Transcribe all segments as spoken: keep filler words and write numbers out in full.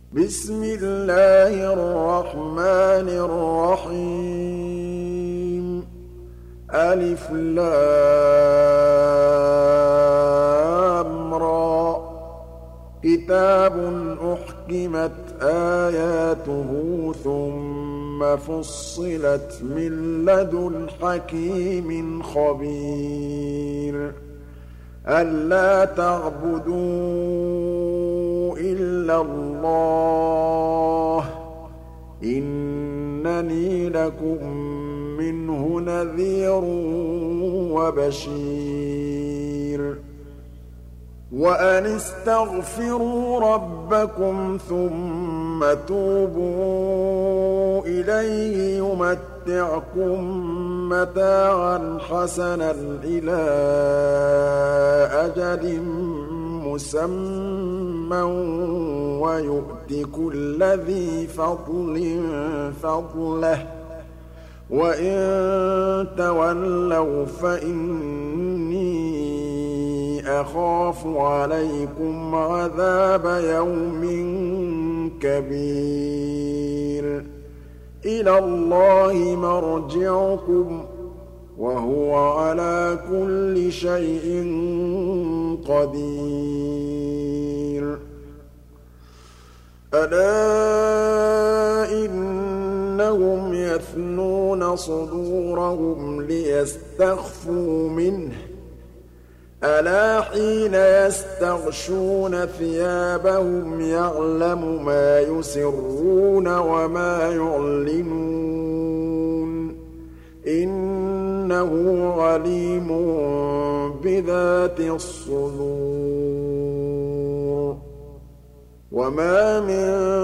بسم الله الرحمن الرحيم ألف لام را كتاب أحكمت آياته ثم فصلت من لدن حكيم خبير ألا تعبدوا إلا الله إنني لكم منه نذير وبشير وأن استغفروا ربكم ثم توبوا إليه يمتعكم متاعا حسنا إلى أجل مسمى ويؤت كل ذي فضل فضله وإن تولوا فإني أخاف عليكم عذاب يوم كبير إلى الله مرجعكم وهو على كل شيء قدير ألا إنهم يثنون صدورهم ليستخفوا منه ألا حين يستغشون ثيابهم يعلم ما يسرون وما يعلنون إنه عليم بذات الصدور وما من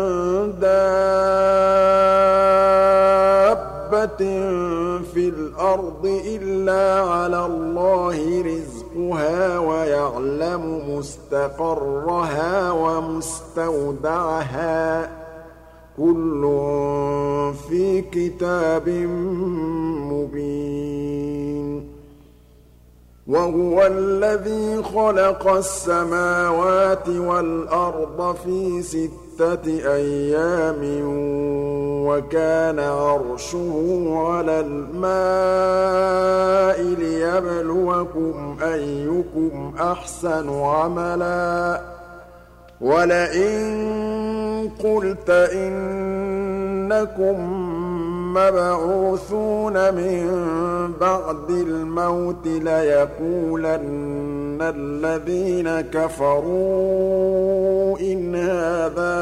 دابة في الأرض إلا على الله رزقها ويعلم مستقرها ومستودعها كل في كتاب مبين وهو الذي خلق السماوات والأرض في ستة أيام وكان عرشه على الماء ليبلوكم أيكم أحسن عملا ولئن قلت إنكم مبعوثون من بعد الموت ليقولن الذين كفروا إن هذا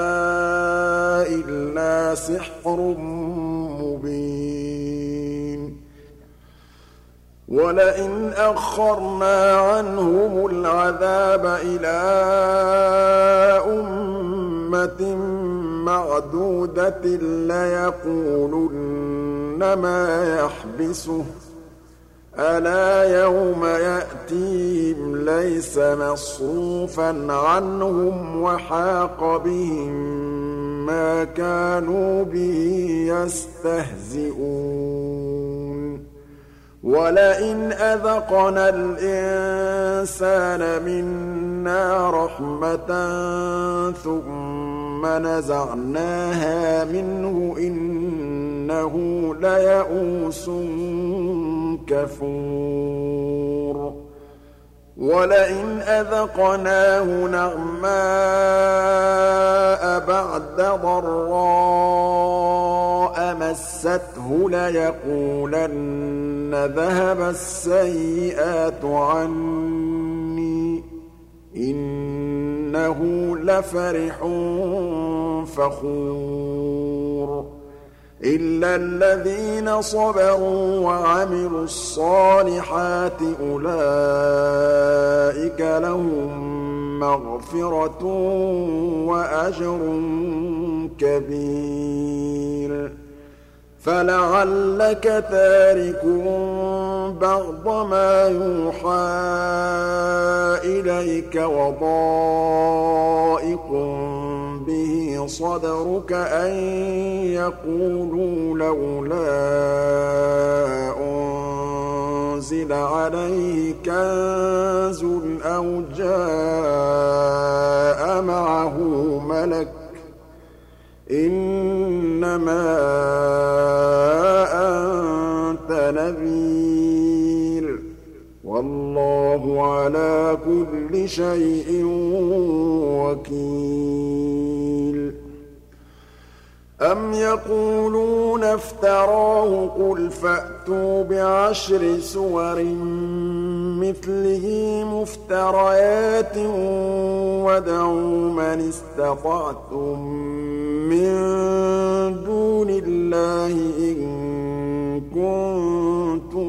إلا سحر مبين ولئن أخرنا عنهم العذاب إلى أمة معدودة ليقولن ما يحبسه ألا يوم يأتيهم ليس مصروفا عنهم وحاق بهم ما كانوا به يستهزئون ولئن أذقنا الإنسان منا رحمة ثم نزعناها منه إنه ليئوس كفور ولئن أذقناه نعماء بعد ضراء مسته ليقولن ذهب السيئات عني إنه لفرح فخور إلا الذين صبروا وعملوا الصالحات أولئك لهم مغفرة وأجر كبير فلعلك تارك بعض ما يوحى إليك وضائق به صدرك أن يقولوا لولا أنزل عليه كنز أو جاء معه ملك إِنَّمَا أَنتَ نَذِيرٌ ۚ وَاللَّهُ عَلَىٰ كُلِّ شَيْءٍ وَكِيلٌ أَمْ يَقُولُونَ افْتَرَاهُ ۖ قُلْ فَأْتُوا بِعَشْرِ سُوَرٍ مِّثْلِهِ مُفْتَرَيَاتٍ وَادْعُوا مَنِ اسْتَطَعْتُم مِّن دُونِ اللَّهِ إِن كُنتُمْ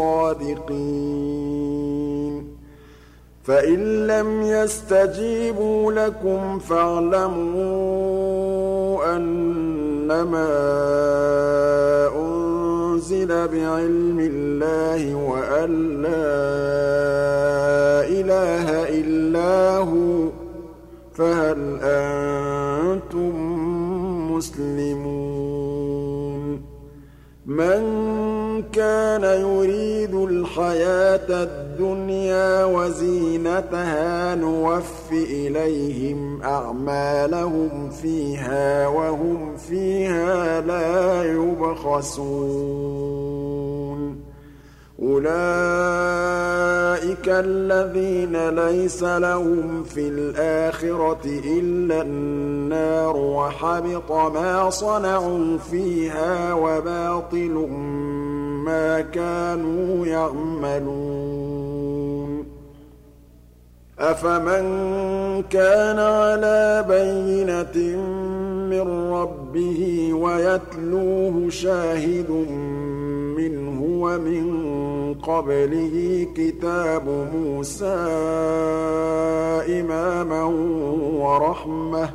صَادِقِينَ فَإِن لَّمْ يَسْتَجِيبُوا لَكُمْ فَاعْلَمُوا أَنَّمَا أُنزِلَ بِعِلْمِ اللَّهِ وَأَن لَّا إِلَٰهَ إِلَّا هُوَ ۖ فَهَلْ أَنتُم مُّسْلِمُونَ مَن كَانَ يُرِيدُ الْحَيَاةَ الدُّنْيَا وَزِينَتَهَا نُوَفِّ إِلَيْهِمْ أَعْمَالَهُمْ فِيهَا وَهُمْ فِيهَا لَا يُبْخَسُونَ أُولَٰئِكَ الَّذِينَ لَيْسَ لَهُمْ فِي الْآخِرَةِ إِلَّا النَّارُ وَحَبِطَ مَا صَنَعُوا فِيهَا وَبَاطِلٌ مَّا كَانُوا يَعْمَلُونَ أَفَمَن كَانَ عَلَىٰ بَيِّنَةٍ مِّن رَّبِّهِ وَيَتْلُوهُ شَاهِدٌ مِّنْهُ وَمِن قَبْلِهِ كِتَابُ مُوسَىٰ إِمَامًا وَرَحْمَةً ۚ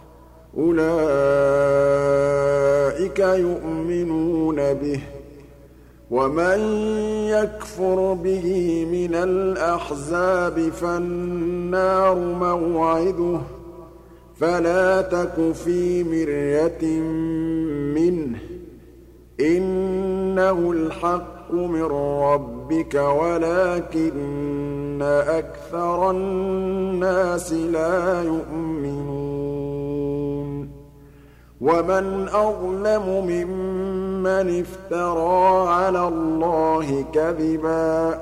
أُولَٰئِكَ يُؤْمِنُونَ بِهِ ۚ وَمَن يَكْفُرْ بِهِ مِنَ الْأَحْزَابِ فَالنَّارُ مَوْعِدُهُ ۚ فَلَا تَكُ فِي مِرْيَةٍ مِّنْهُ ۚ إِنَّهُ الْحَقُّ مِن رَّبِّكَ وَلَٰكِنَّ أَكْثَرَ النَّاسِ لَا يُؤْمِنُونَ وَمَنْ أَظْلَمُ مِمَّنِ افْتَرَىٰ عَلَى اللَّهِ كَذِبًا ۚ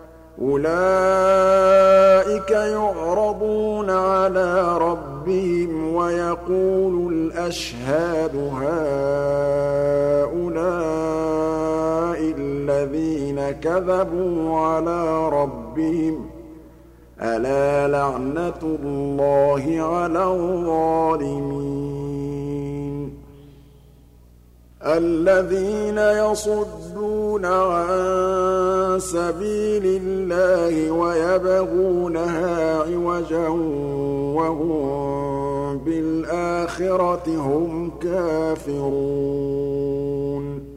أُولَٰئِكَ يُعْرَضُونَ عَلَىٰ رَبِّهِمْ وَيَقُولُ الْأَشْهَادُ هَٰؤُلَاءِ الَّذِينَ كَذَبُوا عَلَىٰ رَبِّهِمْ ۚ أَلَا لَعْنَةُ اللَّهِ عَلَى الظَّالِمِينَ الَّذِينَ يَصُدُّونَ عَن سَبِيلِ اللَّهِ وَيَبْغُونَهَا عِوَجًا وَهُم بِالْآخِرَةِ هُمْ كَافِرُونَ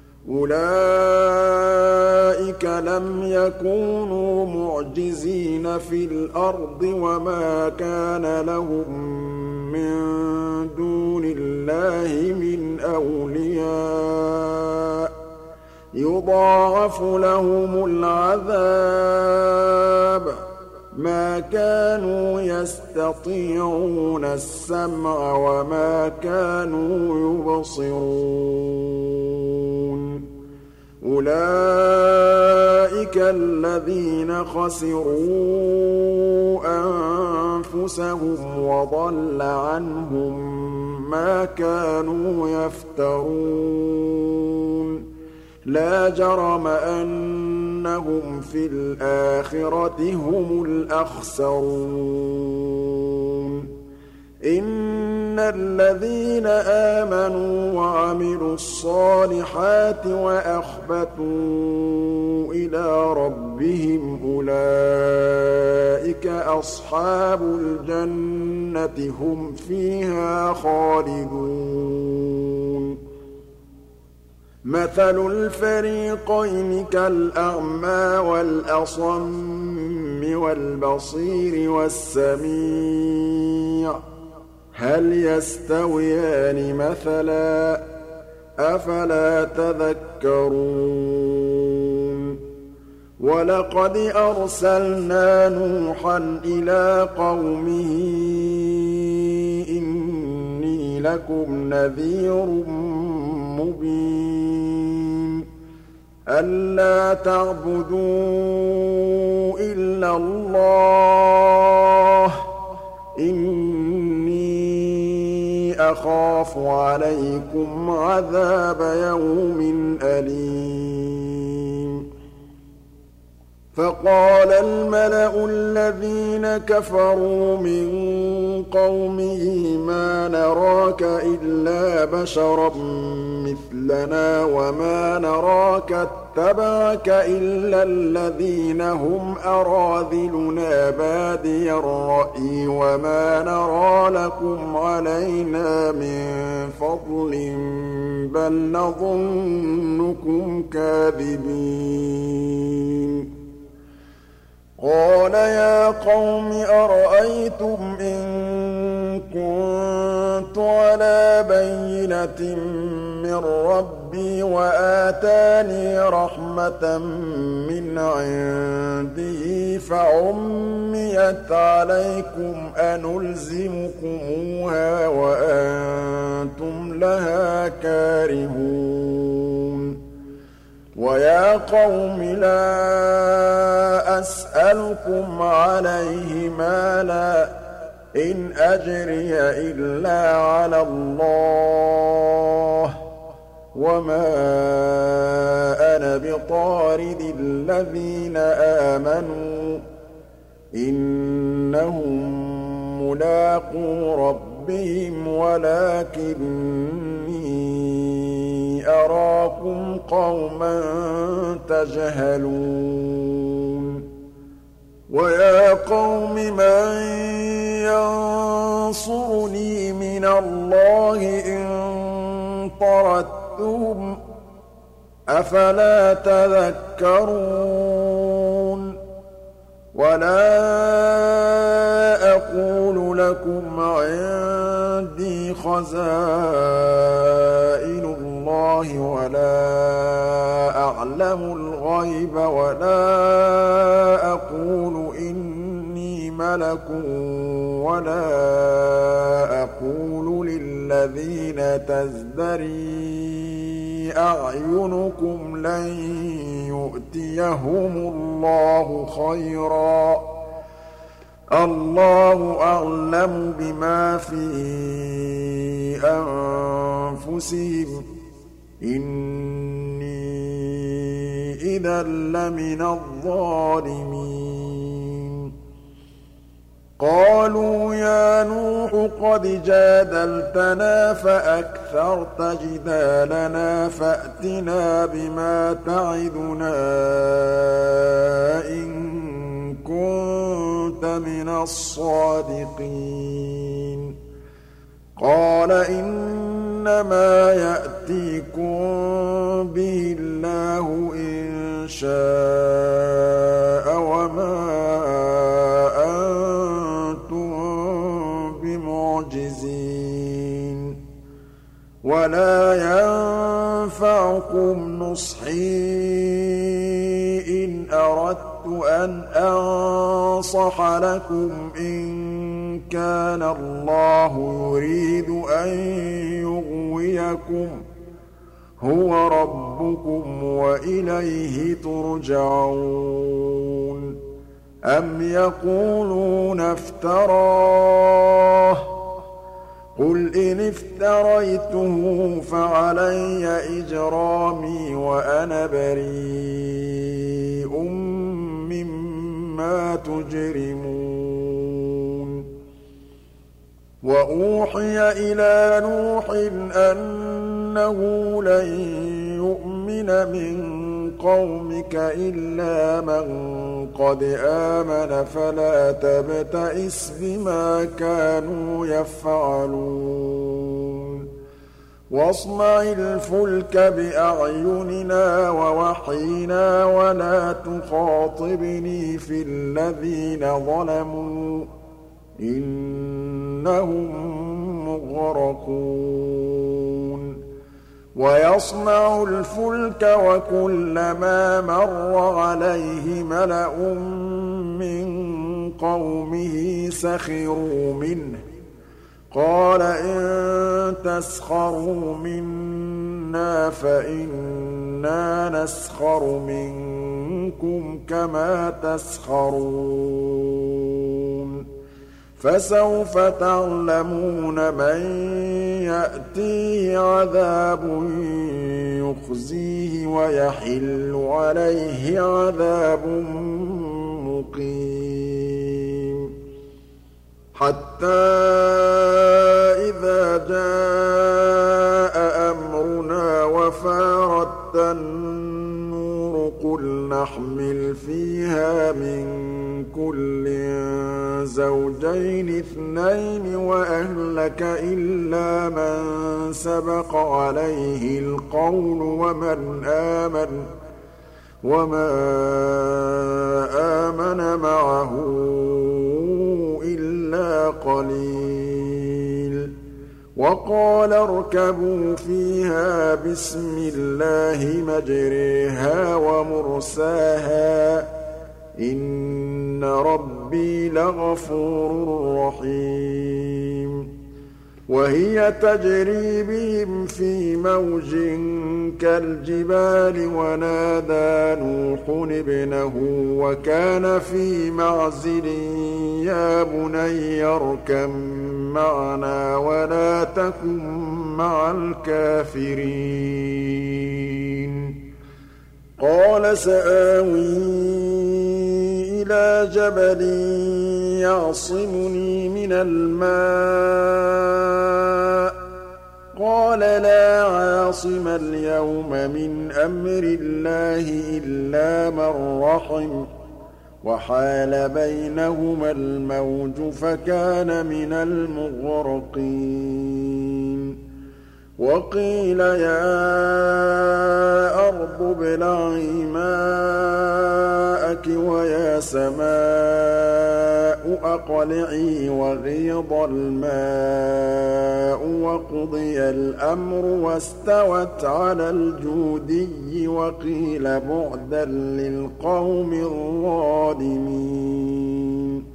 أُولَٰئِكَ لَمْ يَكُونُوا مُعْجِزِينَ فِي الْأَرْضِ وَمَا كَانَ لَهُم مِّن دُونِ اللَّهِ مِنْ أَوْلِيَاءَ ۘ يُضَاعَفُ لَهُمُ الْعَذَابُ ۚ مَا كَانُوا يَسْتَطِيعُونَ السَّمْعَ وَمَا كَانُوا يُبْصِرُونَ أُولَٰئِكَ الَّذِينَ خَسِرُوا أَنفُسَهُمْ وَضَلَّ عَنْهُم مَّا كَانُوا يَفْتَرُونَ لَا جَرَمَ أَنَّهُمْ فِي الْآخِرَةِ هُمُ الْأَخْسَرُونَ إِنَّ الَّذِينَ آمَنُوا وَعَمِلُوا الصَّالِحَاتِ وَأَخْبَتُوا إِلَىٰ رَبِّهِمْ أُولَٰئِكَ أَصْحَابُ الْجَنَّةِ هُمْ فِيهَا خَالِدُونَ مَثَلُ الْفَرِيقَيْنِ كَالْأَعْمَىٰ وَالْأَصَمِّ وَالْبَصِيرِ وَالسَّمِيعِ ۚ هَلْ يَسْتَوِيَانِ مَثَلًا ۚ أَفَلَا تَذَكَّرُونَ وَلَقَدْ أَرْسَلْنَا نُوحًا إِلَىٰ قَوْمِهِ إِنِّي لَكُمْ نَذِيرٌ مُّبِينٌ أَلَّا تَعْبُدُوا إِلَّا اللَّهَ إِنِّي أَخَافُ عَلَيْكُمْ عَذَابَ يَوْمٍ أَلِيمٍ فَقَالَ الْمَلَأُ الَّذِينَ كَفَرُوا مِن قَوْمِهِ مَا نَرَاكَ إِلَّا بَشَرًا مِّثْلَنَا وَمَا نَرَاكَ اتَّبَعَكَ إِلَّا الَّذِينَ هُمْ أَرَاذِلُنَا بَادِيَ الرَّأْيِ وَمَا نَرَىٰ لَكُمْ عَلَيْنَا مِن فَضْلٍ بَلْ نَظُنُّكُمْ كَاذِبِينَ قَالَ يَا قَوْمِ أَرَأَيْتُمْ إِن كُنتُ عَلَىٰ بَيِّنَةٍ مِّن رَّبِّي وَآتَانِي رَحْمَةً مِّنْ عِندِهِ فَعُمِّيَتْ عَلَيْكُمْ أَنُلْزِمُكُمُوهَا وَأَنتُمْ لَهَا كَارِهُونَ وَيَا قَوْمِ لَا أَسْأَلُكُمْ عَلَيْهِ مَالًا ۖ إِنْ أَجْرِيَ إِلَّا عَلَى اللَّهِ ۖ وَمَا أَنَا بِطَارِدِ الَّذِينَ آمَنُوا ۚ إِنَّهُم مُّلَاقُو رَبِّهِمْ وَلَٰكِنِّي أَرَاكُمْ قَوْمًا تَجْهَلُونَ وَيَا قَوْمِ مَن يَنصُرُنِي مِنَ اللَّهِ إِن طَرَدتُّهُمْ ۚ أَفَلَا تَذَكَّرُونَ وَلَا أَقُولُ لَكُمْ عِندِي خَزَائِنُ اللَّهِ وَلَا أَعْلَمُ الْغَيْبَ وَلَا أَقُولُ إِنِّي مَلَكٌ وَلَا أَقُولُ لِلَّذِينَ تَزْدَرِي أَعْيُنُكُمْ لَن يُؤْتِيَهُمُ اللَّهُ خَيْرًا ۖ اللَّهُ أَعْلَمُ بِمَا فِي أَنفُسِهِمْ ۖ إِنِّي إِذًا لَّمِنَ الظَّالِمِينَ قَالُوا يَا نُوحُ قَدْ جَادَلْتَنَا فَأَكْثَرْتَ جِدَالَنَا فَأْتِنَا بِمَا تَعِدُنَا إِن كُنتَ مِنَ الصَّادِقِينَ قَالَ إِنَّمَا يَأْتِيكُم بِهِ اللَّهُ إِن شَاءَ وَمَا أَنتُم بِمُعْجِزِينَ وَلَا يَنفَعُكُمْ نُصْحِي إِنْ أَرَدتُّ أَنْ أَنصَحَ لَكُمْ إِن كَانَ اللَّهُ يُرِيدُ أَن يُغْوِيَكُمْ ۚ هُوَ رَبُّكُمْ وَإِلَيْهِ تُرْجَعُونَ أَمْ يَقُولُونَ افْتَرَاهُ ۖ قُلْ إِنِ افْتَرَيْتُهُ فَعَلَيَّ إِجْرَامِي وَأَنَا بَرِيءٌ مِّمَّا تُجْرِمُونَ وَأُوحِيَ إِلَىٰ نُوحٍ أَنَّهُ لَن يُؤْمِنَ مِن قَوْمِكَ إِلَّا مَن قَدْ آمَنَ فَلَا تَبْتَئِسْ بِمَا كَانُوا يَفْعَلُونَ وَاصْنَعِ الْفُلْكَ بِأَعْيُنِنَا وَوَحْيِنَا وَلَا تُخَاطِبْنِي فِي الَّذِينَ ظَلَمُوا إِنَّهُم مُّغْرَقُونَ وَيَصْنَعُ الْفُلْكَ وَكُلَّمَا مَرَّ عَلَيْهِ مَلَأٌ مِّن قَوْمِهِ سَخِرُوا مِنْهُ قَالَ إِن تَسْخَرُوا مِنَّا فَإِنَّا نَسْخَرُ مِنكُمْ كَمَا تَسْخَرُونَ فَسَوْفَ تَعْلَمُونَ مَن يَأْتِيهِ عَذَابٌ يُخْزِيهِ وَيَحِلُّ عَلَيْهِ عَذَابٌ مُّقِيمٌ حَتَّىٰ إِذَا جَاءَ أَمْرُنَا وَفَارَتِ النُّورُ قُلْ نَحْمِلُ فِيهَا مِن كُلٍّ زَوْجَيْنِ اثْنَيْنِ وَأَهْلَكَ إِلَّا مَن سَبَقَ عَلَيْهِ الْقَوْلُ وَمَنْ آمَنَ وَمَا آمَنَ مَعَهُ إِلَّا قَلِيلٌ وَقَالَ ارْكَبُوا فِيهَا بِسْمِ اللَّهِ مَجْرَاهَا وَمُرْسَاهَا ۚ إِنَّ رَبِّي لَغَفُورٌ رَّحِيمٌ وَهِيَ تَجْرِي بِهِمْ فِي مَوْجٍ كَالْجِبَالِ وَنَادَىٰ نُوحٌ ابْنَهُ وَكَانَ فِي مَعْزِلٍ يَا بُنَيَّ ارْكَب مَّعَنَا وَلَا تَكُن مَّعَ الْكَافِرِينَ قَالَ سَآوِي إِلَىٰ جَبَلٍ يَعْصِمُنِي مِنَ الْمَاءِ ۚ قَالَ لَا عَاصِمَ الْيَوْمَ مِنْ أَمْرِ اللَّهِ إِلَّا مَن رَّحِمَ ۚ وَحَالَ بَيْنَهُمَا الْمَوْجُ فَكَانَ مِنَ الْمُغْرَقِينَ وَقِيلَ يَا أَرْضُ ابْلَعِي مَاءَكِ وَيَا سَمَاءُ أَقْلِعِي وَغِيضَ الْمَاءُ وَقُضِيَ الْأَمْرُ وَاسْتَوَتْ عَلَى الْجُودِيِّ وَقِيلَ بُعْدًا لِّلْقَوْمِ الظَّالِمِينَ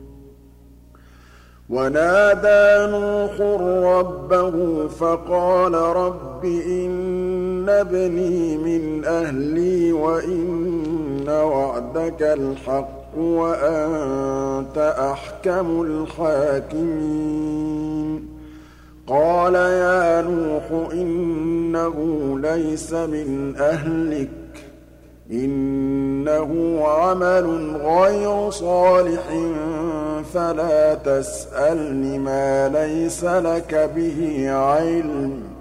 وَنَادَىٰ نُوحٌ رَّبَّهُ فَقَالَ رَبِّ إِنَّ ابْنِي مِنْ أَهْلِي وَإِنَّ وَعْدَكَ الْحَقُّ وَأَنتَ أَحْكَمُ الْحَاكِمِينَ قَالَ يَا نُوحُ إِنَّهُ لَيْسَ مِنْ أَهْلِكَ ۖ إِنَّهُ عَمَلٌ غَيْرُ صَالِحٍ فَلَا تَسْأَلْنِ مَا لَيْسَ لَكَ بِهِ عِلْمٌ ۖ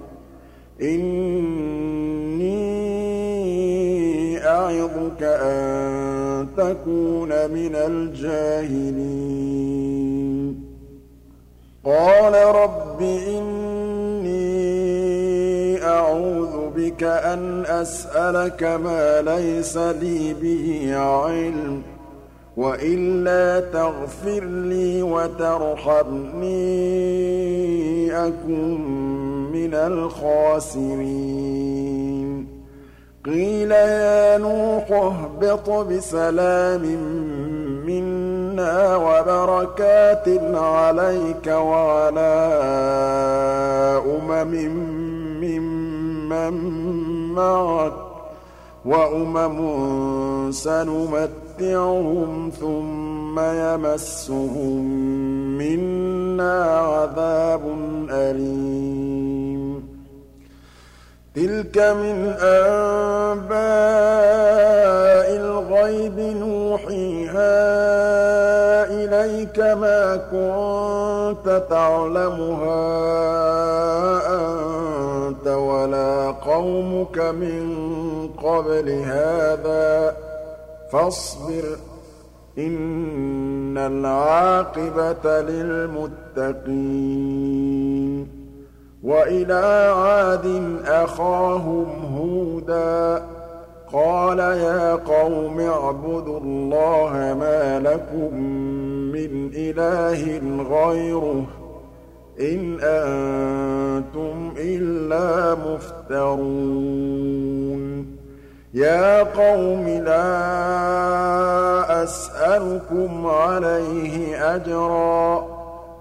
إِنِّي أَعِظُكَ أَن تَكُونَ مِنَ الْجَاهِلِينَ قَالَ رَبِّ إِنِّي أَعُوذُ بِكَ أَنْ أَسْأَلَكَ مَا لَيْسَ لِي بِهِ عِلْمٌ ۖ وَإِلَّا تَغْفِرْ لِي وَتَرْحَمْنِي أَكُن مِّنَ الْخَاسِرِينَ قِيلَ يَا نُوحُ اهْبِطْ بِسَلَامٍ مِّنَّا وَبَرَكَاتٍ عَلَيْكَ وَعَلَىٰ أُمَمٍ مِّمَّن مَّعَكَ ۚ وَأُمَمٌ سَنُمَتِّعُهُمْ ثُمَّ يَمَسُّهُم مِّنَّا عَذَابٌ أَلِيمٌ تِلْكَ مِنْ أَنبَاءِ الْغَيْبِ نُوحِيهَا إِلَيْكَ ۖ مَا كُنتَ تَعْلَمُهَا أَنتَ وَلَا قَوْمُكَ مِن قَبْلِ هَٰذَا ۖ فَاصْبِرْ ۖ إِنَّ الْعَاقِبَةَ لِلْمُتَّقِينَ وَإِلَىٰ عَادٍ أَخَاهُمْ هُودًا ۚ قَالَ يَا قَوْمِ اعْبُدُوا اللَّهَ مَا لَكُم مِّنْ إِلَٰهٍ غَيْرُهُ ۖ إِنْ أَنتُمْ إِلَّا مُفْتَرُونَ يَا قَوْمِ لَا أَسْأَلُكُمْ عَلَيْهِ أَجْرًا ۖ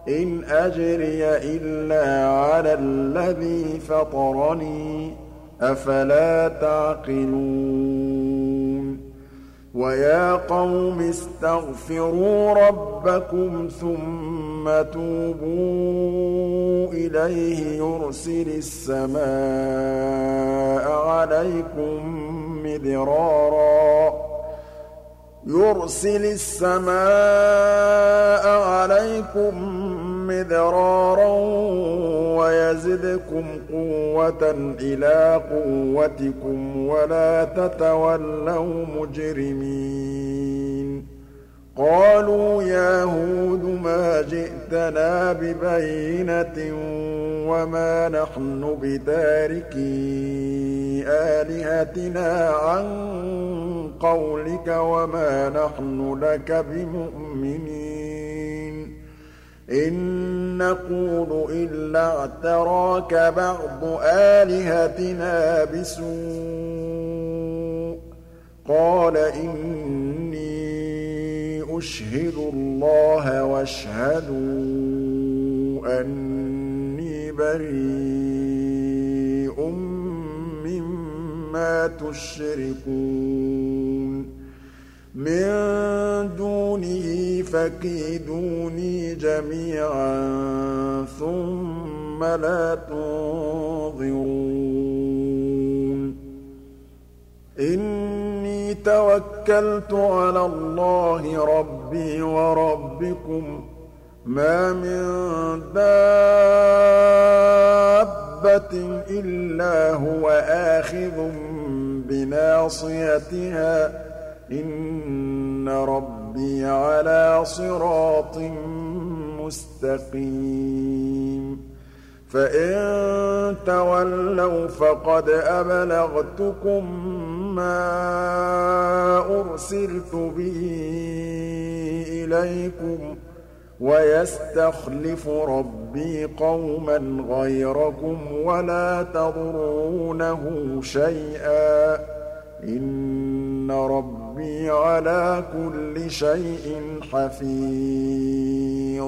إِنْ أَجْرِيَ إِلَّا عَلَى الَّذِي فَطَرَنِي ۚ أَفَلَا تَعْقِلُونَ وَيَا قَوْمِ اسْتَغْفِرُوا رَبَّكُمْ ثُمَّ تُوبُوا إِلَيْهِ يُرْسِلِ السَّمَاءَ عَلَيْكُم مِّدْرَارًا يُرْسِلِ السَّمَاءَ عَلَيْكُم مِّدْرَارًا وَيَزِدْكُمْ قُوَّةً إِلَىٰ قُوَّتِكُمْ وَلَا تَتَوَلَّوْا مُجْرِمِينَ قَالُوا يَا هُودُ مَا جِئْتَنَا بِبَيِّنَةٍ وَمَا نَحْنُ بِتَارِكِي آلِهَتِنَا عَن قَوْلِكَ وَمَا نَحْنُ لَكَ بِمُؤْمِنِينَ إِن نَّقُولُ إِلَّا اعْتَرَاكَ بَعْضُ آلِهَتِنَا بِسُوءٍ ۗ قَالَ إِنِّي أُشْهِدُ اللَّهَ وَاشْهَدُوا أَنِّي بَرِيءٌ مِّمَّا تُشْرِكُونَ مِن دُونِهِ فَكِيدُونِي جَمِيعًا ثُمَّ لَا تُنظِرُونِ إِنِّي تَوَكَّلْتُ عَلَى اللَّهِ رَبِّي وَرَبِّكُم ۖ مَّا مِن دَابَّةٍ إِلَّا هُوَ آخِذٌ بِنَاصِيَتِهَا ۚ إِنَّ رَبِّي عَلَىٰ صِرَاطٍ مُّسْتَقِيمٍ فَإِن تَوَلَّوْا فَقَدْ أَبْلَغْتُكُم مَّا أُرْسِلْتُ بِهِ إِلَيْكُمْ ۖ وَيَسْتَخْلِفُ رَبِّي قَوْمًا غَيْرَكُمْ وَلَا تَضُرُّونَهُ شَيْئًا ۚ إِنَّ رَبِّي عَلَىٰ كُلِّ شَيْءٍ حَفِيظٌ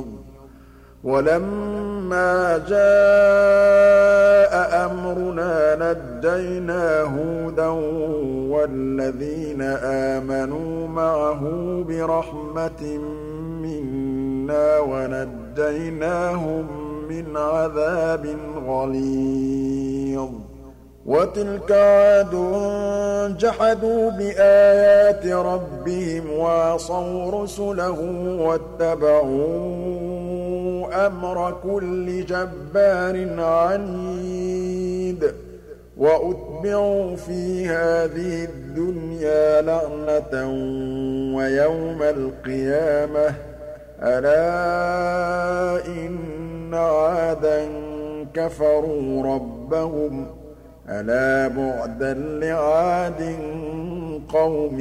وَلَمَّا جَاءَ أَمْرُنَا نَجَّيْنَا هُودًا وَالَّذِينَ آمَنُوا مَعَهُ بِرَحْمَةٍ مِّنَّا وَنَجَّيْنَاهُم مِّنْ عَذَابٍ غَلِيظٍ وَتِلْكَ عَادٌ جَحَدُوا بِآيَاتِ رَبِّهِمْ وَعَصَوْا رُسُلَهُ وَاتَّبَعُوا أَمْرَ كُلِّ جَبَّارٍ عَنِيدٍ وَأُتْبِعُوا فِي هَٰذِهِ الدُّنْيَا لَعْنَةً وَيَوْمَ الْقِيَامَةِ ۗ أَلَا إِنَّ عَادًا كَفَرُوا رَبَّهُمْ ۗ أَلَا بُعْدًا لِّعَادٍ قَوْمِ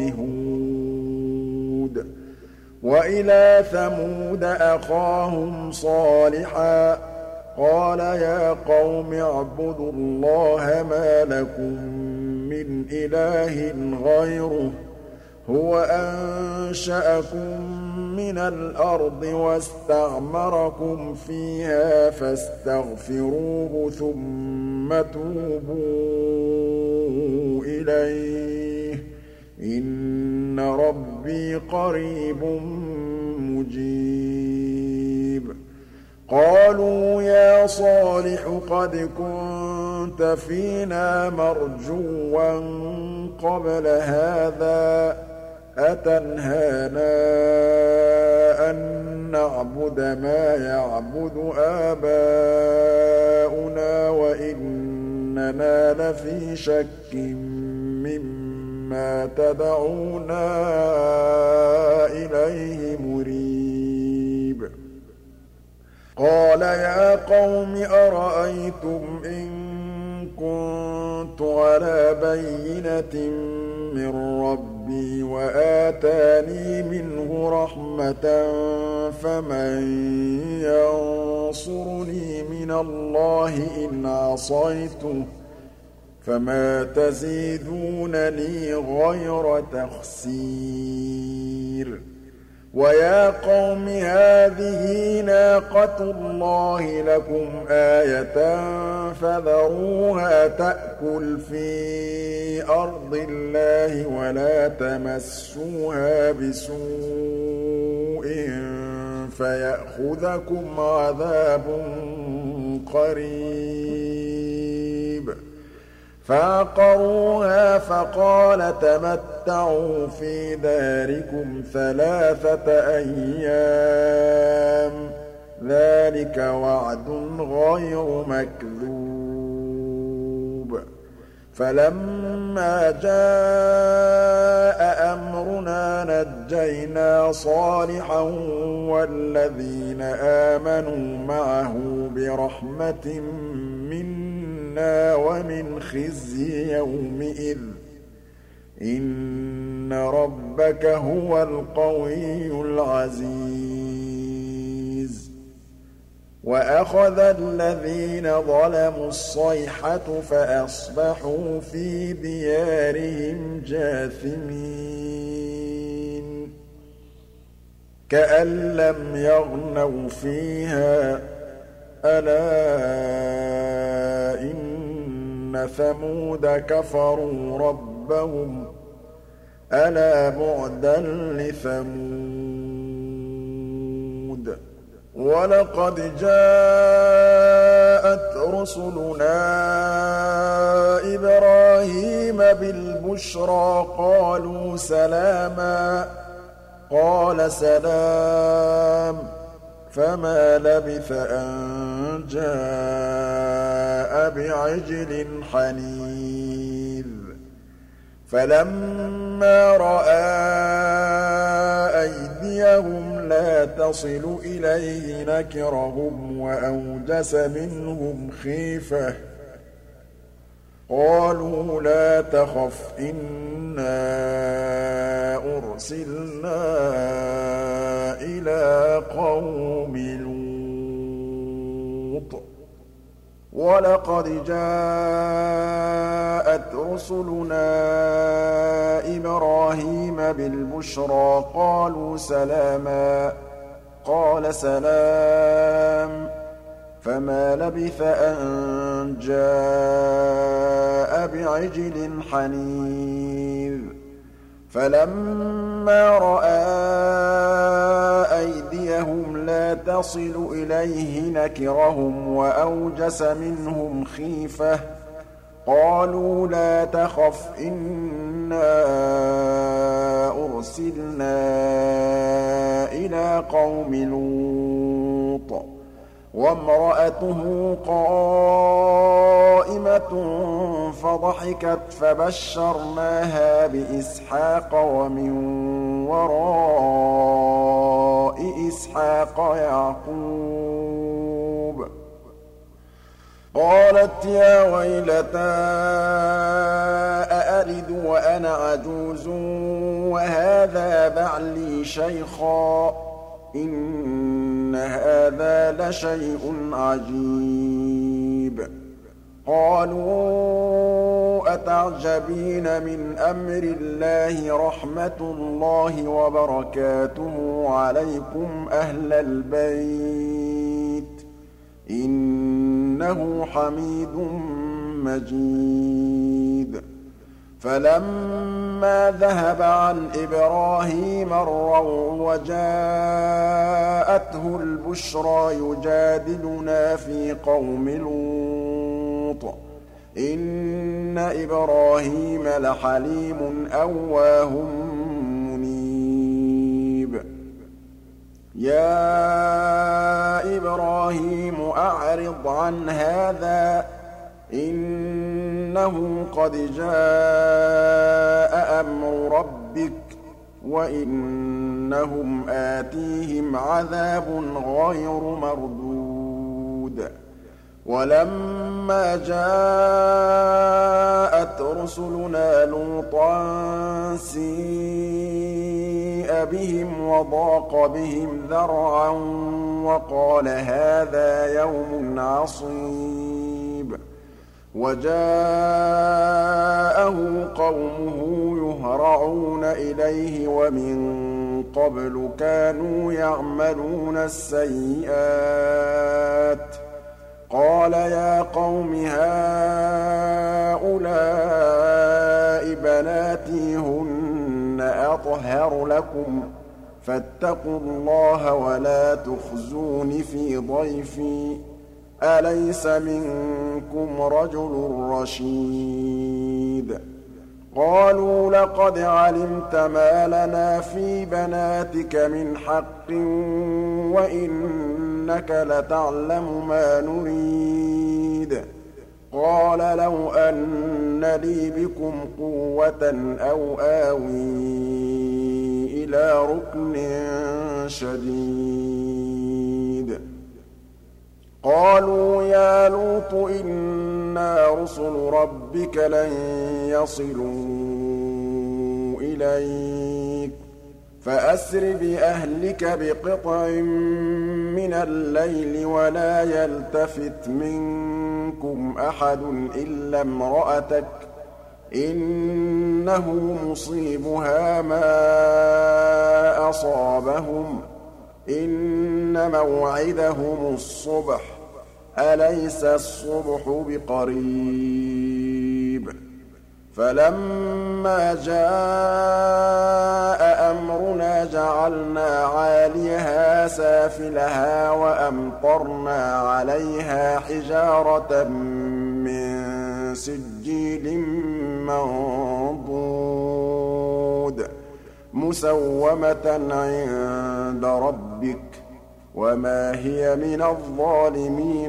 هُودٍ وَإِلَىٰ ثَمُودَ أَخَاهُمْ صَالِحًا ۗ قَالَ يَا قَوْمِ اعْبُدُوا اللَّهَ مَا لَكُم مِّنْ إِلَٰهٍ غَيْرُهُ ۖ هُوَ أَنشَأَكُم مِّنَ الْأَرْضِ وَاسْتَعْمَرَكُمْ فِيهَا فَاسْتَغْفِرُوهُ ثُمَّ تُوبُوا إِلَيْهِ ۚ إِنَّ رَبِّي قَرِيبٌ مُّجِيبٌ قَالُوا يَا صَالِحُ قَدْ كُنتَ فِينَا مَرْجُوًّا قَبْلَ هَٰذَا ۖ أَتَنْهَانَا أَن نَّعْبُدَ مَا يَعْبُدُ آبَاؤُنَا وَإِنَّنَا لَفِي شَكٍّ مِّمَّا تَدْعُونَا إِلَيْهِ مُرِيبٍ قَالَ يَا قَوْمِ أَرَأَيْتُمْ إِن كُنتُ عَلَىٰ بَيِّنَةٍ مِّن رَّبِّي وَآتَانِي مِنْهُ رَحْمَةً فَمَن يَنصُرُنِي مِنَ اللَّهِ إِنْ عَصَيْتُهُ ۖ فَمَا تَزِيدُونَنِي غَيْرَ تَخْسِيرٍ وَيَا قَوْمِ هَٰذِهِ نَاقَةُ اللَّهِ لَكُمْ آيَةً فَذَرُوهَا تَأْكُلْ فِي أَرْضِ اللَّهِ وَلَا تَمَسُّوهَا بِسُوءٍ فَيَأْخُذَكُمْ عَذَابٌ قَرِيبٌ فَعَقَرُوهَا فَقَالَ تَمَتَّعُوا فِي دَارِكُمْ ثَلَاثَةَ أَيَّامٍ ۚ ذَٰلِكَ وَعْدٌ غَيْرُ مَكْذُوبٍ فَلَمَّا جَاءَ أَمْرُنَا نَجَّيْنَا صَالِحًا وَالَّذِينَ آمَنُوا مَعَهُ بِرَحْمَةٍ مِّنَّا وَمِنْ خِزْيِ يَوْمِئِذٍ ۗ إِنَّ رَبَّكَ هُوَ الْقَوِيُّ الْعَزِيزُ وَأَخَذَ الَّذِينَ ظَلَمُوا الصَّيْحَةُ فَأَصْبَحُوا فِي دِيَارِهِمْ جَاثِمِينَ كَأَن لَّمْ يَغْنَوْا فِيهَا ۗ أَلَا إِنَّ ثَمُودَ كَفَرُوا رَبَّهُمْ ۗ أَلَا بُعْدًا لِّثَمُودَ وَلَقَدْ جَاءَتْ رُسُلُنَا إِبْرَاهِيمَ بِالْبُشْرَىٰ قَالُوا سَلَامًا ۖ قَالَ سَلَامٌ ۖ فَمَا لَبِثَ أَن جَاءَ بِعِجْلٍ حَنِيذٍ فَلَمَّا رَأَىٰ أَيْدِيَهُمْ لَا تَصِلُ إِلَيْهِ نَكِرَهُمْ وَأَوْجَسَ مِنْهُمْ خِيفَةً ۚ قَالُوا لَا تَخَفْ إِنَّا أُرْسِلْنَا إِلَىٰ قَوْمِ لُوطٍ وَلَقَدْ جَاءَتْ رُسُلُنَا إِبْرَاهِيمَ بِالْبُشْرَىٰ قَالُوا سَلَامًا ۖ قَالَ سَلَامٌ ۖ فَمَا لَبِثَ أَن جَاءَ بِعِجْلٍ حَنِيذٍ فَلَمَّا رَأَىٰ أَيْدِيَهُمْ لَا تَصِلُ إِلَيْهِ نَكِرَهُمْ وَأَوْجَسَ مِنْهُمْ خِيفَةً ۚ قَالُوا لَا تَخَفْ إِنَّا أُرْسِلْنَا إِلَىٰ قَوْمِ لُوطٍ وَامْرَأَتُهُ قَائِمَةٌ فَضَحِكَتْ فَبَشَّرْنَاهَا بِإِسْحَاقَ وَمِن وَرَاءِ إِسْحَاقَ يَعْقُوبَ قَالَتْ يَا وَيْلَتَىٰ أَأَلِدُ وَأَنَا عَجُوزٌ وَهَٰذَا بَعْلِي شَيْخًا ۖ إِنَّ هَٰذَا لَشَيْءٌ عَجِيبٌ قَالُوا أَتَعْجَبِينَ مِنْ أَمْرِ اللَّهِ رَحْمَتُ اللَّهِ وَبَرَكَاتُهُ عَلَيْكُمْ أَهْلَ الْبَيْتِ ۖ إِنَّهُ حَمِيدٌ مَّجِيدٌ فَلَمَّا ذَهَبَ عَنْ إِبْرَاهِيمَ الرَّوْعُ وَجَاءَتْهُ الْبُشْرَىٰ يُجَادِلُنَا فِي قَوْمِ لُوطٍ إِنَّ إِبْرَاهِيمَ لَحَلِيمٌ أَوَّاهٌ مُّنِيبٌ يَا إِبْرَاهِيمُ أَعْرِضْ عَنْ هَٰذَا إِنَّهُ قَدْ جَاءَ أَمْرُ رَبِّكَ وَإِنَّهُمْ آتِيهِمْ عَذَابٌ غَيْرُ مَرْدُودٍ وَلَمَّا جَاءَتْ رُسُلُنَا لُوطًا سِيءَ بِهِمْ وَضَاقَ بِهِمْ ذَرْعًا وَقَالَ هَٰذَا يَوْمٌ عَصِيبٌ وَجَاءَهُ قَوْمُهُ يُهْرَعُونَ إِلَيْهِ وَمِن قَبْلُ كَانُوا يَعْمَلُونَ السَّيِّئَاتِ قَالَ يَا قَوْمِ هَٰؤُلَاءِ بَنَاتِي هُنَّ أَطْهَرُ لَكُمْ فَاتَّقُوا اللَّهَ وَلَا تُخْزُونِ فِي ضَيْفِي أَلَيْسَ مِنكُمْ رَجُلٌ رَّشِيدٌ قَالُوا لَقَدْ عَلِمْتَ مَا لَنَا فِي بَنَاتِكَ مِنْ حَقٍّ وَإِنَّكَ لَتَعْلَمُ مَا نُرِيدُ قَالَ لَوْ أَنَّ لِي بِكُمْ قُوَّةً أَوْ آوِي إِلَىٰ رُكْنٍ شَدِيدٍ قَالُوا يَا لُوطُ إِنَّا رُسُلُ رَبِّكَ لَن يَصِلُوا إِلَيْكَ فَأَسْرِ بِأَهْلِكَ بِقِطْعٍ مِّنَ اللَّيْلِ وَلَا يَلْتَفِتْ مِنكُمْ أَحَدٌ إِلَّا امْرَأَتَكَ إِنَّهُ مُصِيبُهَا مَا أَصَابَهُمْ إِنَّ مَوْعِدَهُمُ الصُّبْحُ أَلَيْسَ الصُّبْحُ بِقَرِيبٍ فَلَمَّا جَاءَ أَمْرُنَا جَعَلْنَا عَالِيَهَا سَافِلَهَا وَأَمْطَرْنَا عَلَيْهَا حِجَارَةً مِّن سِجِّيلٍ مَّنضُودٍ مُّسَوَّمَةً عِندَ رَبِّكَ وَمَا هِيَ مِنَ الظَّالِمِينَ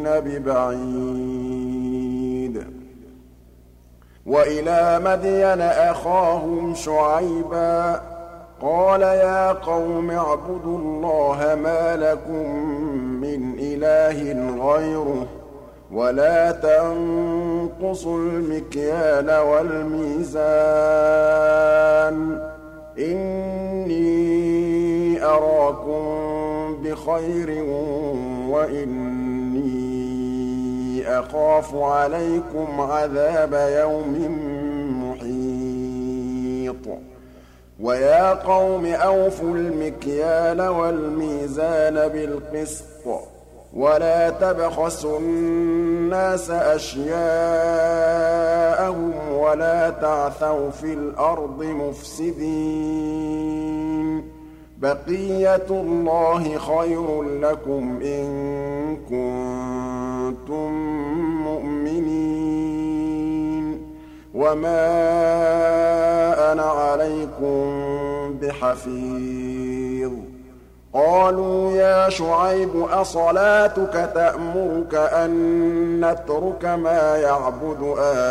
بِبَعِيدٍ وَإِلَىٰ مَدْيَنَ أَخَاهُمْ شُعَيْبًا قَالَ يَا قَوْمِ اعْبُدُوا اللَّهَ مَا لَكُم مِّنْ إِلَٰهٍ غَيْرُهُ وَلَا تَنقُصُوا الْمِكْيَالَ وَالْمِيزَانَ إِنِّي أَرَاكُم بِخَيْرٍ وَإِنِّي أَخَافُ عَلَيْكُمْ عَذَابَ يَوْمٍ مُّحِيطٍ وَيَا قَوْمِ أَوْفُوا الْمِكْيَالَ وَالْمِيزَانَ بِالْقِسْطِ وَلَا تَبْخَسُوا النَّاسَ أَشْيَاءَهُمْ وَلَا تَعْثَوْا فِي الْأَرْضِ مُفْسِدِينَ بَقِيَّتُ اللَّهِ خَيْرٌ لَّكُمْ إِن كُنتُم مُّؤْمِنِينَ وَمَا أَنَا عَلَيْكُم بِحَفِيظٍ قَالُوا يَا شُعَيْبُ أَصَلَاتُكَ تَأْمُرُكَ أَن نَّتْرُكَ مَا يَعْبُدُ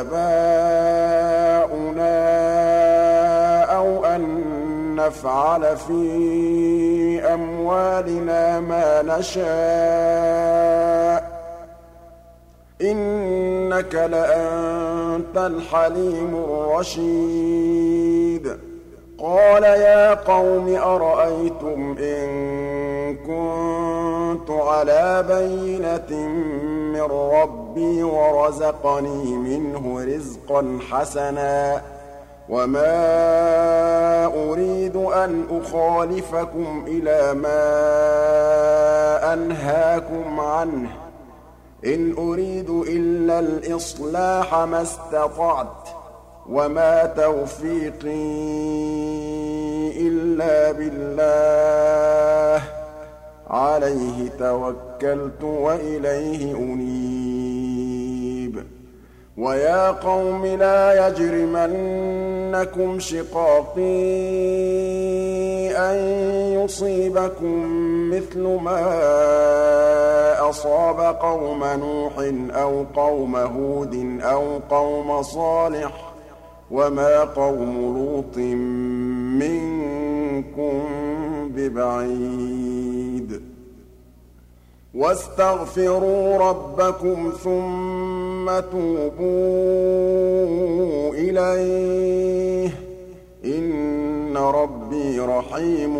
آبَاؤُنَا أَوْ أَن نَّفْعَلَ فِي أَمْوَالِنَا مَا نَشَاءُ إِنَّكَ لَأَنتَ الْحَلِيمُ الرَّشِيدُ قَالَ يَا قَوْمِ أَرَأَيْتُمْ إِن كُنتُ عَلَىٰ بَيِّنَةٍ مِّن رَّبِّي وَرَزَقَنِي مِنْهُ رِزْقًا حَسَنًا وَمَا أُرِيدُ أَنْ أُخَالِفَكُمْ إِلَىٰ مَا أَنْهَاكُمْ عَنْهُ إِنْ أُرِيدُ إِلَّا الْإِصْلَاحَ مَا اسْتَطَعْتُ وَمَا تَوْفِيقِي إِلَّا بِاللَّهِ عَلَيْهِ تَوَكَّلْتُ وَإِلَيْهِ أُنِيبُ وَيَا قَوْمِ لَا يَجْرِمَنَّكُمْ شِقَاقِي أَن يُصِيبَكُم مِّثْلُ مَا أَصَابَ قَوْمَ نُوحٍ أَوْ قَوْمَ هُودٍ أَوْ قَوْمَ صَالِحٍ وَمَا قَوْمُ لُوطٍ مِّنكُم بِبَعِيدٍ وَاسْتَغْفِرُوا رَبَّكُمْ ثُمَّ تُوبُوا إِلَيْهِ إِنَّ رَبِّي رَحِيمٌ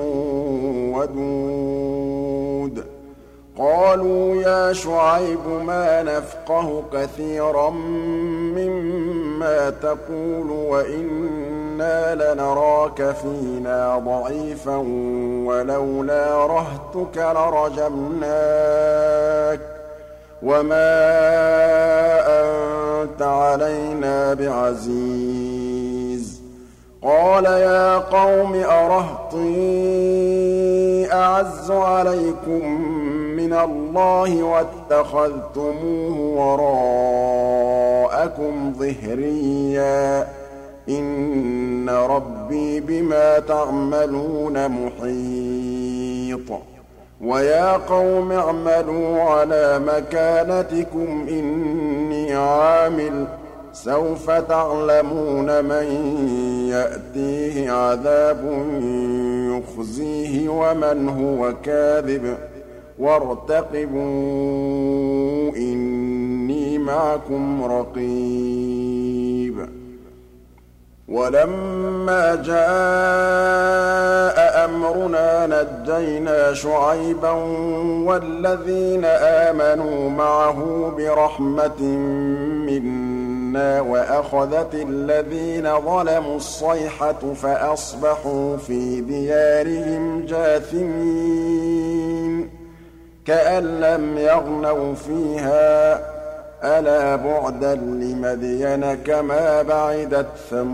وَدُودٌ قَالُوا يَا شُعَيْبُ مَا نَفْقَهُ كَثِيرًا مِّمَّا تَقُولُ وَإِنَّا إِنَّا لَنَرَاكَ فِينَا ضَعِيفًا وَلَوْلَا رَهْطُكَ لَرَجَمْنَاكَ وَمَا أَنتَ عَلَيْنَا بِعَزِيزٍ قَالَ يَا قَوْمِ أَرَهْطِي أَعَزُّ عَلَيْكُم مِّنَ اللَّهِ وَاتَّخَذْتُمُوهُ وَرَاءَكُمْ ظِهْرِيًّا إِنَّ رَبِّي بِمَا تَعْمَلُونَ مُحِيطٌ وَيَا قَوْمِ اعْمَلُوا عَلَىٰ مَكَانَتِكُمْ إِنِّي عَامِلٌ ۖ سَوْفَ تَعْلَمُونَ مَن يَأْتِيهِ عَذَابٌ يُخْزِيهِ وَمَنْ هُوَ كَاذِبٌ وَارْتَقِبُوا إِنِّي مَعَكُمْ رَقِيبٌ وَلَمَّا جَاءَ أَمْرُنَا نَجَّيْنَا شُعَيْبًا وَالَّذِينَ آمَنُوا مَعَهُ بِرَحْمَةٍ مِّنَّا وَأَخَذَتِ الَّذِينَ ظَلَمُوا الصَّيْحَةُ فَأَصْبَحُوا فِي دِيَارِهِمْ جَاثِمِينَ كَأَن لَّمْ يَغْنَوْا فِيهَا ۗ أَلَا بُعْدًا لِّمَدْيَنَ كَمَا بَعِدَتْ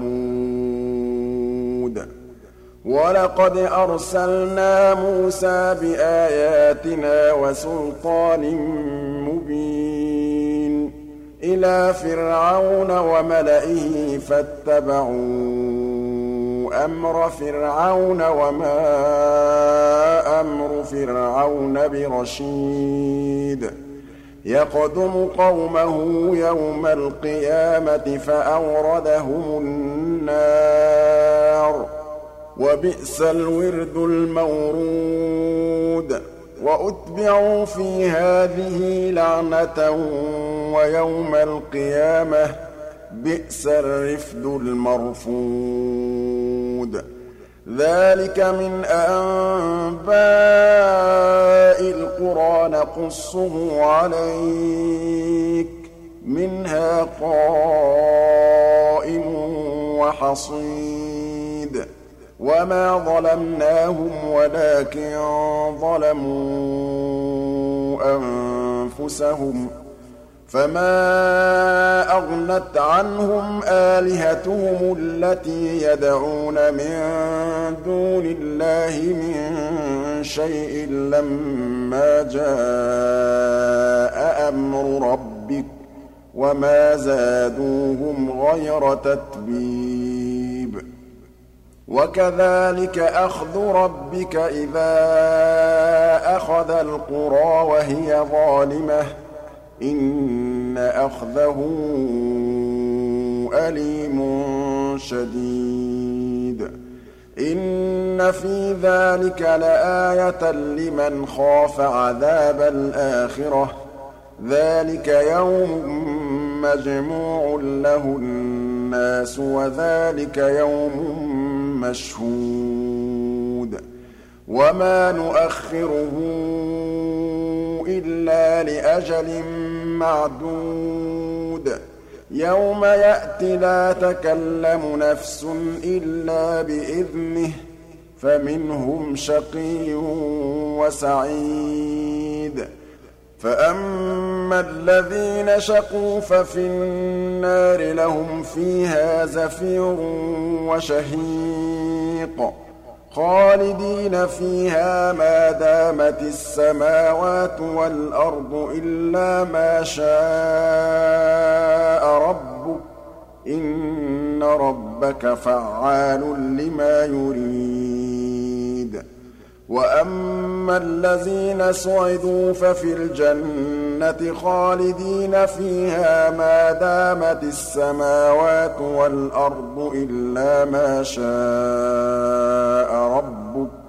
ثَمُودُ وَلَقَدْ أَرْسَلْنَا مُوسَىٰ بِآيَاتِنَا وَسُلْطَانٍ مُّبِينٍ إِلَىٰ فِرْعَوْنَ وَمَلَئِهِ فَاتَّبَعُوا أَمْرَ فِرْعَوْنَ وَمَا أَمْرُ فِرْعَوْنَ بِرَشِيدٍ يَقْدُمُ قَوْمَهُ يَوْمَ الْقِيَامَةِ فَأَوْرَدَهُمُ النَّارَ ۖ وَبِئْسَ الْوِرْدُ الْمَوْرُودُ وَأُتْبِعُوا فِي هَٰذِهِ لَعْنَةً وَيَوْمَ الْقِيَامَةِ ۚ بِئْسَ الرِّفْدُ الْمَرْفُودُ ذَٰلِكَ مِنْ أَنبَاءِ الْقُرَىٰ نَقُصُّهُ عَلَيْكَ ۖ مِنْهَا قَائِمٌ وَحَصِيدٌ وَمَا ظَلَمْنَاهُمْ وَلَٰكِن ظَلَمُوا أَنفُسَهُمْ ۖ فَمَا أَغْنَتْ عَنْهُمْ آلِهَتُهُمُ الَّتِي يَدْعُونَ مِن دُونِ اللَّهِ مِن شَيْءٍ لَّمَّا جَاءَ أَمْرُ رَبِّكَ ۖ وَمَا زَادُوهُمْ غَيْرَ تَتْبِيبٍ وَكَذَٰلِكَ أَخْذُ رَبِّكَ إِذَا أَخَذَ الْقُرَىٰ وَهِيَ ظَالِمَةٌ ۚ إِنَّ أَخْذَهُ أَلِيمٌ شَدِيدٌ إِنَّ فِي ذَٰلِكَ لَآيَةً لِّمَنْ خَافَ عَذَابَ الْآخِرَةِ ۚ ذَٰلِكَ يَوْمٌ مَّجْمُوعٌ لَّهُ النَّاسُ وَذَٰلِكَ يَوْمٌ مَّشْهُودٌ وَمَا نُؤَخِّرُهُ إِلَّا لِأَجَلٍ مَّعْدُودٍ يَوْمَ يَأْتِ لَا تَكَلَّمُ نَفْسٌ إِلَّا بِإِذْنِهِ ۚ فَمِنْهُمْ شَقِيٌّ وَسَعِيدٌ فَأَمَّا الَّذِينَ شَقُوا فَفِي النَّارِ لَهُمْ فِيهَا زَفِيرٌ وَشَهِيقٌ خَالِدِينَ فِيهَا مَا دَامَتِ السَّمَاوَاتُ وَالْأَرْضُ إِلَّا مَا شَاءَ رَبُّكَ ۚ إِنَّ رَبَّكَ فَعَّالٌ لِّمَا يُرِيدُ وَأَمَّا الَّذِينَ سُعِدُوا فَفِي الْجَنَّةِ خَالِدِينَ فِيهَا مَا دَامَتِ السَّمَاوَاتُ وَالْأَرْضُ إِلَّا مَا شَاءَ رَبُّكَ ۖ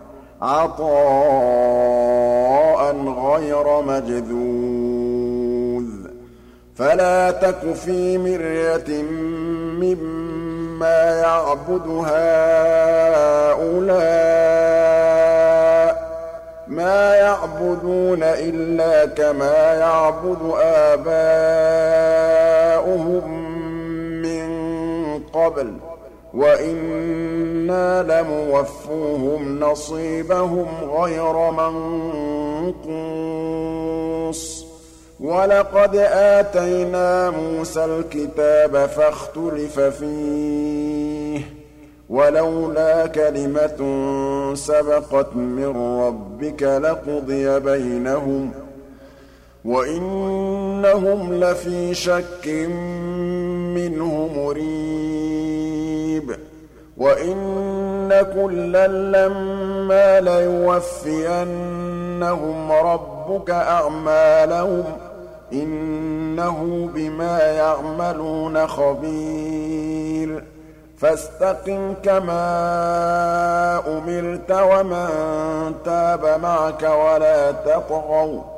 عَطَاءً غَيْرَ مَجْذُوذٍ فَلَا تَكُ فِي مِرْيَةٍ مِّمَّا يَعْبُدُ هَٰؤُلَاءِ ۚ مَا يَعْبُدُونَ إِلَّا كَمَا يَعْبُدُ آبَاؤُهُم مِّن قَبْلُ ۚ وَإِنَّا لَمُوَفُّوهُمْ نَصِيبَهُمْ غَيْرَ مَنقُوصٍ وَلَقَدْ آتَيْنَا مُوسَى الْكِتَابَ فَاخْتُلِفَ فِيهِ وَلَوْلَا كَلِمَةٌ سَبَقَتْ مِن رَّبِّكَ لَقُضِيَ بَيْنَهُمْ وَإِنَّهُمْ لَفِي شَكٍّ مِّنْهُ مُرِيبٍ وَإِنَّ كُلًّا لَّمَّا لَيُوَفِّيَنَّهُمْ رَبُّكَ أَعْمَالَهُمْ إِنَّهُ بِمَا يَعْمَلُونَ خَبِيرٌ فَاسْتَقِمْ كَمَا أُمِرْتَ وَمَن تَابَ مَعَكَ وَلَا تَطْغَوْا ۚ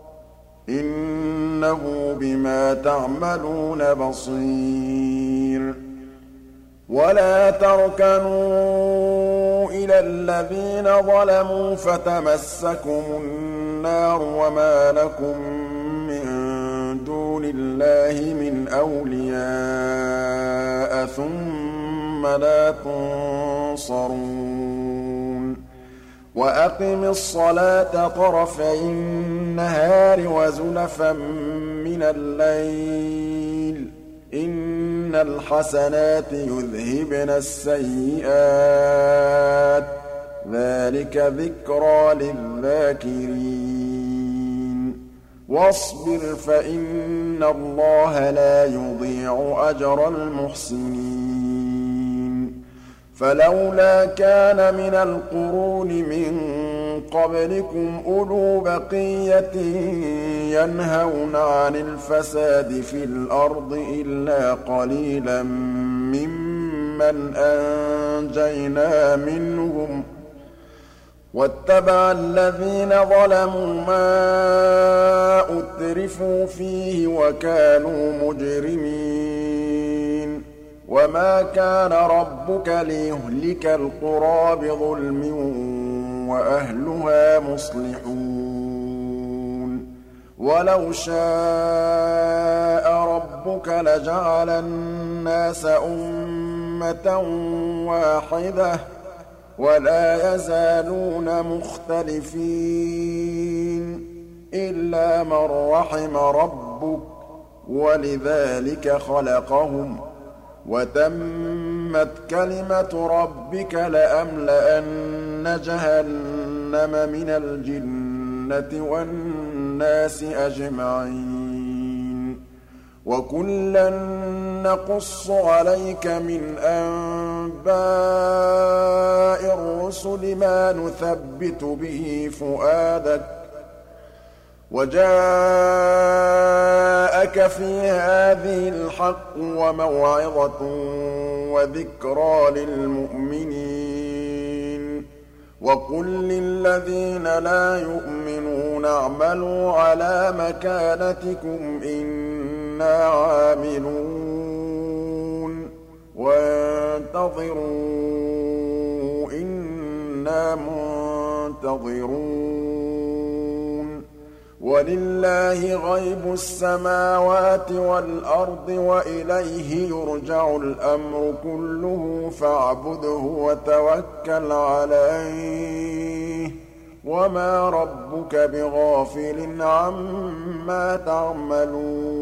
إِنَّهُ بِمَا تَعْمَلُونَ بَصِيرٌ وَلَا تَرْكَنُوا إِلَى الَّذِينَ ظَلَمُوا فَتَمَسَّكُمُ النَّارُ وَمَا لَكُم مِّن دُونِ اللَّهِ مِنْ أَوْلِيَاءَ ثُمَّ لَا تُنصَرُونَ وَأَقِمِ الصَّلَاةَ طَرَفَيِ النَّهَارِ وَزُلَفًا مِّنَ اللَّيْلِ ۚ إِنَّ الْحَسَنَاتِ يُذْهِبْنَ السَّيِّئَاتِ ۚ ذَٰلِكَ ذِكْرَىٰ لِلذَّاكِرِينَ وَاصْبِرْ فَإِنَّ اللَّهَ لَا يُضِيعُ أَجْرَ الْمُحْسِنِينَ فَلَوْلَا كَانَ مِنَ الْقُرُونِ مِن قَبْلِكُمْ أُولُو بَقِيَّةٍ يَنْهَوْنَ عَنِ الْفَسَادِ فِي الْأَرْضِ إِلَّا قَلِيلًا مِّمَّنْ أَنجَيْنَا مِنْهُمْ ۗ وَاتَّبَعَ الَّذِينَ ظَلَمُوا مَا أُتْرِفُوا فِيهِ وَكَانُوا مُجْرِمِينَ وَمَا كَانَ رَبُّكَ لِيُهْلِكَ الْقُرَىٰ بِظُلْمٍ وَأَهْلُهَا مُصْلِحُونَ وَلَوْ شَاءَ رَبُّكَ لَجَعَلَ النَّاسَ أُمَّةً وَاحِدَةً ۖ وَلَا يَزَالُونَ مُخْتَلِفِينَ إِلَّا مَن رَّحِمَ رَبُّكَ ۚ وَلِذَٰلِكَ خَلَقَهُمْ ۗ وَتَمَّتْ كَلِمَةُ رَبِّكَ لَأَمْلَأَنَّ جَهَنَّمَ مِنَ الْجِنَّةِ وَالنَّاسِ أَجْمَعِينَ وَكُلًّا نَّقُصُّ عَلَيْكَ مِنْ أَنبَاءِ الرُّسُلِ مَا نُثَبِّتُ بِهِ فُؤَادَكَ ۖ وَجَاءَكَ فِي هَٰذِهِ الْحَقُّ وَمَوْعِظَةٌ وَذِكْرَىٰ لِلْمُؤْمِنِينَ وَقُل لِّلَّذِينَ لَا يُؤْمِنُونَ اعْمَلُوا عَلَىٰ مَكَانَتِكُمْ إِنَّا عَامِلُونَ وَانتَظِرُوا إِنَّا مُنتَظِرُونَ وَلِلَّهِ غَيْبُ السَّمَاوَاتِ وَالْأَرْضِ وَإِلَيْهِ يُرْجَعُ الْأَمْرُ كُلُّهُ فَاعْبُدْهُ وَتَوَكَّلْ عَلَيْهِ ۚ وَمَا رَبُّكَ بِغَافِلٍ عَمَّا تَعْمَلُونَ